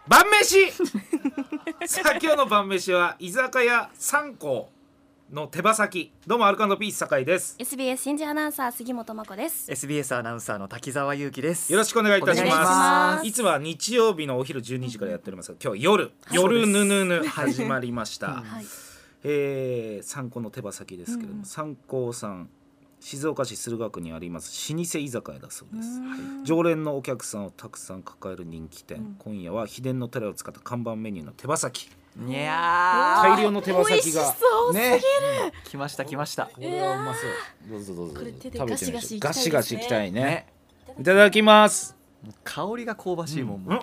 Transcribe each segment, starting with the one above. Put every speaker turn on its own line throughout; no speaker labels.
晩飯さあ今日の晩飯は居酒屋三幸の手羽先。どうもアルカンドピース酒井です。
SBS 新人アナウンサー杉本真子です。
SBS アナウンサーの滝沢祐希です。
よろしくお願いいたし
お願いし
ま。
ます
いつもは日曜日のお昼12時からやっておりますが、今日は夜ぬぬぬ始まりました、
はい、
三幸の手羽先ですけれども、三幸さん静岡市駿河区にあります老舗居酒屋だそうです。常連のお客さんをたくさん抱える人気店、今夜は秘伝のタレを使った看板メニューの手羽先。
いや
大量の手羽先が
美味しそうすぎる、
ね、来ました。
これはうまそう。どうぞどうぞ。
これ手で
食べてみましょう。ガ
ガシガシ
シガシいきたいね。
ね、
いただきます。
香りが香ばしいもん。もう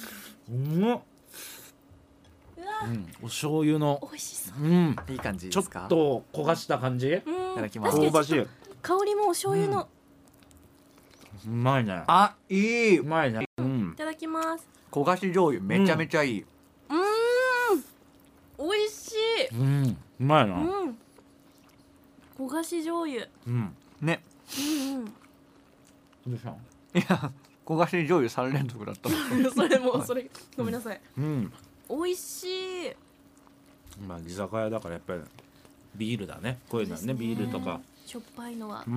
お醤油の
美味しそう。
いい感じ
ちょっ
ですか。
と焦がした感じ。
いただきます。
香ばしい。う
香りもお醤油の、
まいね。
あ、いい。
うまいね。
いただきます。
焦がし醤油めちゃめちゃいい。
美味しい。
うまいな。
焦がし醤油。
ね。
どうしたの？
いや、焦がし醤油3連続だった。
それごめんなさい。美味しい。
まあ居酒屋だからやっぱりビールだね。こういうのはね、ビールとか。
しょっぱいのは。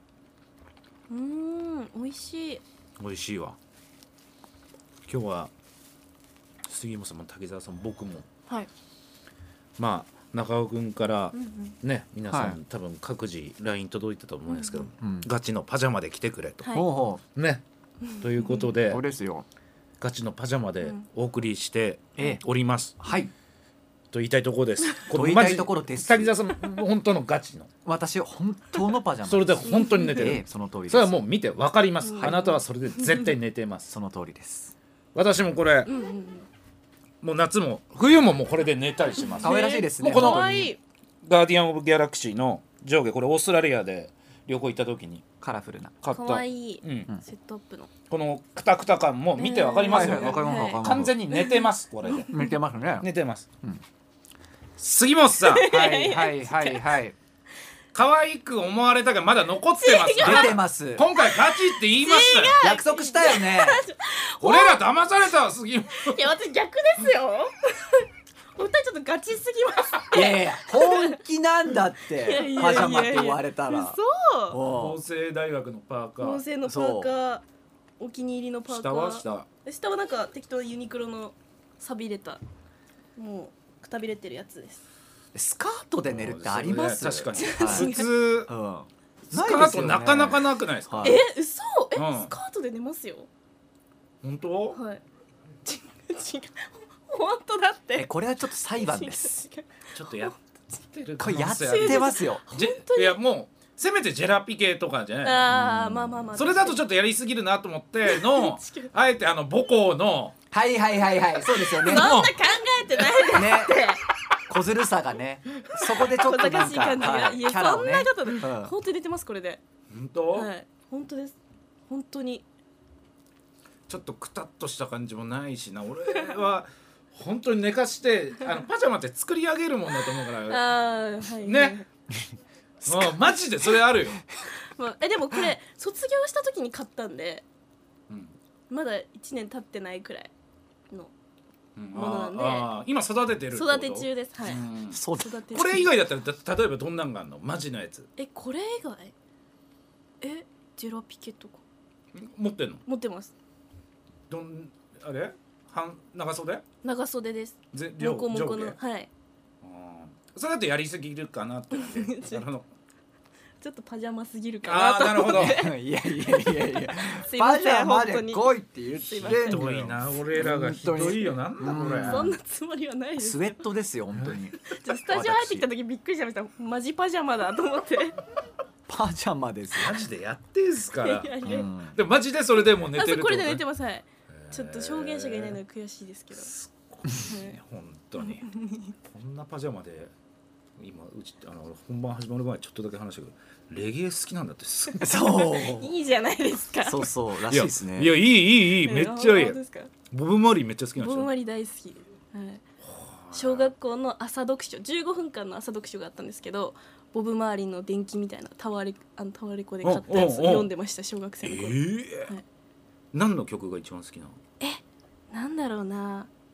美味しい。
美味しいわ。今日は杉本さんも滝沢さん僕も、
はい。
まあ中尾くんからね、皆さ
はい
ん多分各自 LINE 届いたと思うんですけど、
うん
ガチのパジャマで来てくれと、
はい
ほうほ
ね、ということで
う。そうですよ。
ガチのパジャマでお送りして
ええ
おります、
はい。
と言いたいところです。
と言いたいところです
滝沢さん本当のガチの
私本当のパジャマです。
それで本当に寝てる、
その通りです。
それはもう見て分かります、あなたはそれで絶対寝てます
その通りです。
私もこれ、もう夏も冬ももうこれで寝たりします。
可愛らしいですね。
もうこの
可愛い。
ガーディアン・オブ・ギャラクシーの上下、これオーストラリアで旅行行った時に
カラフルな。
買った
可愛い。
うん、
セットアップの。
このクタクタ感も見てわかりますよね、
わかりますわかります。
完全に寝てますこれで
寝てますね。
寝てます、杉本さん
はいはいはいはい。
可愛く思われたがまだ残ってますか
出てます。
今回ガチって言いましたよ。
約束したよね。
俺ら騙されたわ杉本。
いや私逆ですよ。お二人ちょっとガチすぎます。
いやいや本気なんだって
いやいやいや
パジャマって言われたら。
そう。
おう
法政大学のパーカー、
合成のパーカー、お気に入りのパーカー。
下は
なんか適当にユニクロの錆びれた、もうくたびれてるやつです。
スカートで寝るってあります？
確かに
はい
普通
うん
スカートなかなかなくないですか？
はい
嘘？
うん
スカートで寝ますよ。
本当？
はい。違う。本当だって。
これはちょっと裁判です。
違う。
ちょっとやってる
これやっ
可能性ある
てますよ。
いやもうせめてジェラピケとかじゃない
ああ、まあまあまあ。
それだとちょっとやりすぎるなと思ってのあえて母校の
はいはいはいはい、そうですよね。
そんな考えてないです
ね、小ずるさがね、そこでちょっ
小
となんか
賢しい感じが。
はい
いや、そん
キャラをね
なことで。
ん
本当に出てますこれで。
本当、
はい。本当です。本当に。
ちょっとくたっとした感じもないしな。俺は本当に寝かしてパジャマって作り上げるもんだと思うから
ああ、はい。
ね。もうマジでそれあるよ。
まあ、でもこれ卒業した時に買ったんで、
うん
まだ1年経ってないくらいの
うん
ものなんで
今育ててるってこと？
育て中です。はい。
うん
そう
育て
これ以外だったら例えばどんなんがあんの？マジのやつ
これ以外ジェラピケとか
持ってんの？
持ってます。
あれ長袖？
長袖です。
両
モコモコの
上下
はい。
それだとやりすぎるかなってなるほど。
ちょっとパジャマすぎるかなと。
なるほど。
いやいやいやいや、
すいません
パジャマ
本当に。
で来いって言って
ひ
んのよ。
どいな俺らがひどいよ。なんだこれ。
そんなつもりはないです。
スウェットですよ本当に。
ちょっとスタジオ入ってきた時びっくりしました。マジパジャマだと思って。
パジャマですよ。
マジでやってんすから
い。やいや。
でもマジでそれでも寝
あ、
てるってこと
そうこれで寝てます。はい。ちょっと証言者がいないのが悔しいですけど。
本当にこんなパジャマで今うち本番始まる前ちょっとだけ話したけどレゲエ好きなんだってすごい。
そう
いいじゃないですか。
そうそうらしいですね。
いやいいめっちゃいい
本当ですか。
ボブ・マリーめっちゃ好きなんでしょ。
ボブマリ大好き。はい。小学校の朝読書15分間の朝読書があったんですけど、ボブ・マーリーの伝記みたいなタワレコで買ったやつ読んでました小学生の頃。はい。
何の曲が一番好きなの？
なんだろうな。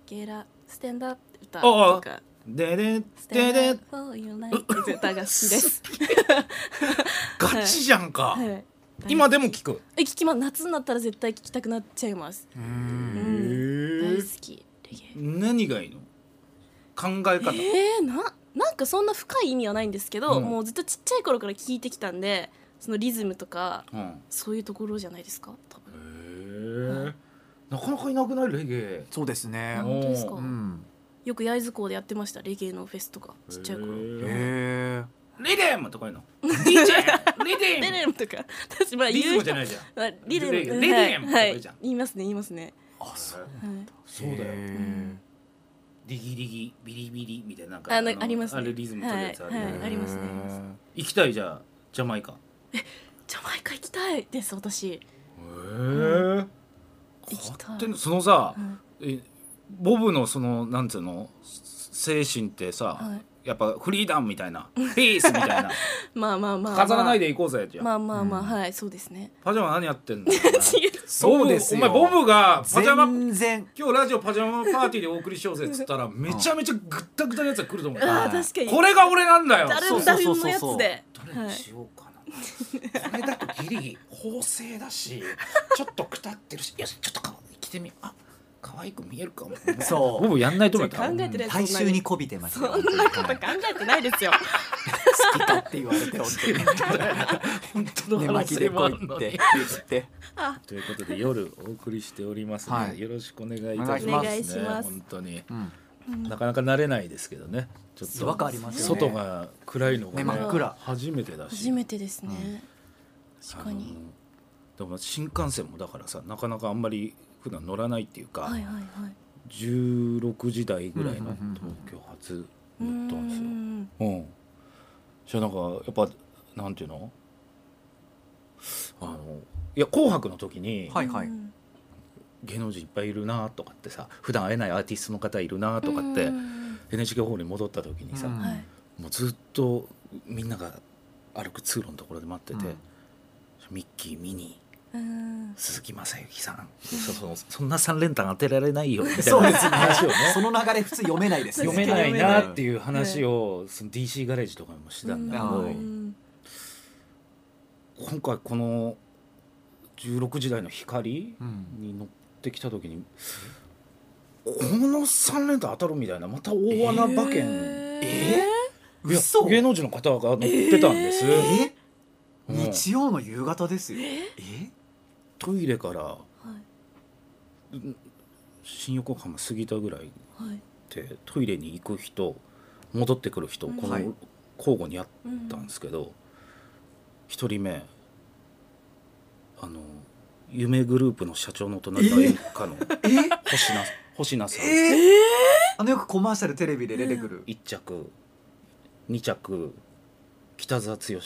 ゲラステンダー歌
ああ
とか
でで
ステンダ
でで
ーフォーユーライフって歌が好きです
ガチじゃんか、
はい
今でも聞く。
聞きます夏になったら絶対聞きたくなっちゃいます大好きレゲエ
何がいいの？考え方、
なんかそんな深い意味はないんですけど、
うん
もうずっとちっちゃい頃から聞いてきたんでそのリズムとか
うん、
そういうところじゃないですか多分
へえ、なかなかいなくないレゲエ。
そうですね。
本当ですか、
うん。
よく焼津港でやってましたレゲエのフェスとかちっちゃい頃
へ
へえ。
リデムとかいうの DJ リデ
リ
ム
レムとか私まあ
リズ
言う人
ムじゃないじゃん。
あリレム
リレム
はいはい
とか言うじゃん
言いますね言いますね
あ、そう。
はい
そうだよ。
へ
リギリギビリビリみたいななんか
ありますね
あれリズム取るやつあるよね、
はいありますね
行きたいじゃあジャマイカ。
ジャマイカ行きたいです私
へえ、
行きたい
そのさ、
うん
ボブのそのなんつうの精神ってさ、
はい
やっぱフリーダムみたいなピースみたいな
まあまあまあ
飾らないで行こうぜじゃあ、
まあまあまあはいそうですね
パジャマ何やってんの
違う
そうですよ。
お前ボブがパジャマ
全然。
今日ラジオパジャマパーティーでお送りしようぜっつったらめちゃめちゃグッタグタのやつが来ると思う、
あー確かに
これが俺なんだよ。
ダル
そう
ンダルンの
そうそうそう
やつで
どれにしようかな、これだとギリ縫製だしちょっとくたってるし、よしちょっと着てみ、あ可愛く見えるかも。
そう
ボブやんないと思う
考えてない
大衆にこびてますよ。
そんなこと考えてないですよ
好きかって言われて本
本当
当に。寝
の
巻きで来いって言って。
ということで夜お送りしておりますので、
はい
よろしくお願いいたし
お
ますね。
願いします
本当に、
うん。
なかなか慣れないですけどね。ちょっと
違和感ありますよね。
外が暗いのが、
ね真っ暗。
初めてだし。
初めてですね確かに
でも新幹線もだからさなかなかあんまり普段乗らないっていうか、
はいはいはい
16時台ぐらいの
うんうんうん
東京発
う
乗ったんですよ。
ん
うん。じゃあなんかやっぱなんていうのいや紅白の時に
はいはい。
芸能人いっぱいいるなとかってさ普段会えないアーティストの方いるなとかって NHK ホールに戻った時にさ、
うん
はい
もうずっとみんなが歩く通路のところで待ってて、ミッキーミニー鈴木雅之さん、そんな3連単当てられないよみたいな
そうですね
話をね
その流れ普通読めないですね。
読めないなっていう話をその DC ガレージとかもしてたんだけど、
うん
今回この16時台の光
うん
に乗ってきた時に、この3連単当たるみたいなまた大穴馬券、いや
嘘
芸能人の方が乗ってたんです、うん
日曜の夕方ですよ。
トイレから
はい
新横浜過ぎたぐらい
はい
でトイレに行く人戻ってくる人こ
はい
の交互にあったんですけど、1人目夢グループの社長の隣の演歌の星名さん、
よくコマーシャルテレビで出てくる。
1着2着北澤剛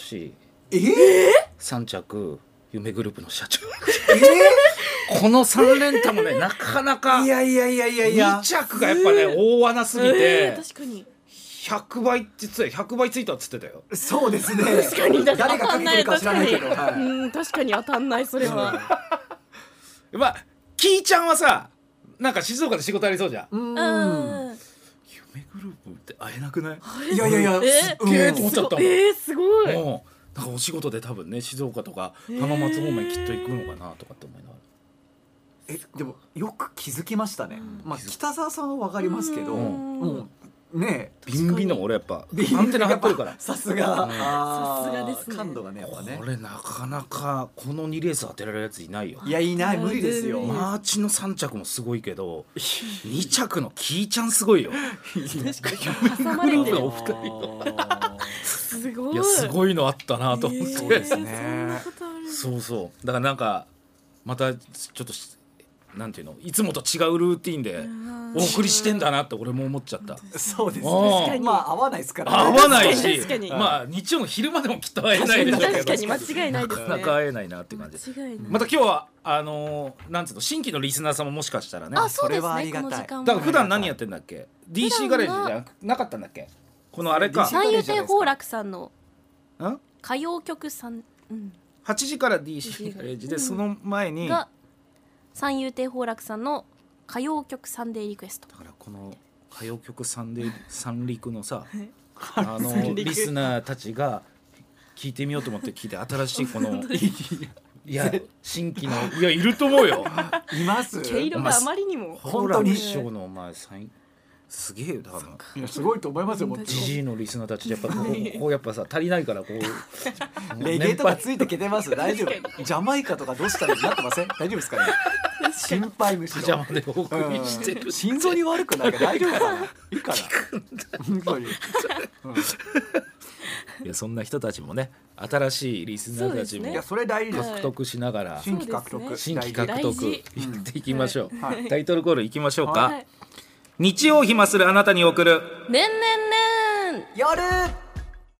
3着夢グループの社長この3連単もねなかなか
いやいやいやいやいや
2。着がやっぱね大穴すぎて
確かに
100倍って言ってたよ、100倍ついたっつってたよ。
そうですね。
確かに
誰がかけてるか知らないけど。
確かに
はい
確かに当たんないそれは
まあキーちゃんはさなんか静岡で仕事ありそうじゃん。
うん。
夢グループって会えなくない？
いやいやいや。
すっげえと思っちゃったもん。
すごい
うんなんかお仕事で多分ね静岡とか浜松方面きっと行くのかなとかって思いながら。
でもよく気づきましたね。まあ北沢さんはわかりますけど、もうね
ビンビンの俺やっぱ
ビンビン
アンテナ張ってるから。
さすが。
さすがですね
感度がねやっぱね
こ。れなかなかこの2レース当てられるやついないよ。
いやいない無理ですよ。
マーチの3着もすごいけど2着のキーちゃんすごいよ。
挟まれてる
お二人
すごい
いやすごいのあったなと思って、
そうですね
そんなことある
そうそうだからなんかまたちょっとなんていうのいつもと違うルーティンでお送りしてんだなって俺も思っちゃった。
そうです
確
ね。まあ合わないですから
合わないし
確かに
まあ日曜の昼間でもきっと会えないでしょうけど
確かに間違いないですね
なかなか会えないなって感じ。
間違いない
また今日はなんつうの新規のリスナーさんももしかしたらね。
あそうです
それはあ
ね
りがたい
この時間は
だから普段何やってんだっけ DC ガレージじゃなかったんだっけこのあれか
三遊亭宝楽さんの
ん
歌謡曲さん、
8時から DC ガレージでその前にだ
が三遊亭宝楽さんの歌謡曲サンデーリクエスト
からこの歌謡曲三陸のさ
三陸
リスナーたちが聞いてみようと思って聞いて、新しいこのいや新規のいやいると思うよ。
います
毛色があまりにも
本当に
師匠のお前すげえよ多分。
いやすごいと思いますよ。もう
ジジイのリスナーたちやっぱこうやっぱさ足りないからこう
レゲエとかついてきてます。大丈夫。ジャマイカとかどうしたらなってません？大丈夫ですかね。心配むしろ。
邪魔でお送りしてる。
心臓に悪くないから大丈夫かな。いいかな。本当に。
いやそんな人たちもね、新しいリスナーたちも
いやそれ大事です。
獲得しながら
新規獲得。
新規獲得
大事
やっていきましょう。
はい
タイトルコールいきましょうか。
はい
日曜暇するあなたに送る
ねんねんねん
夜。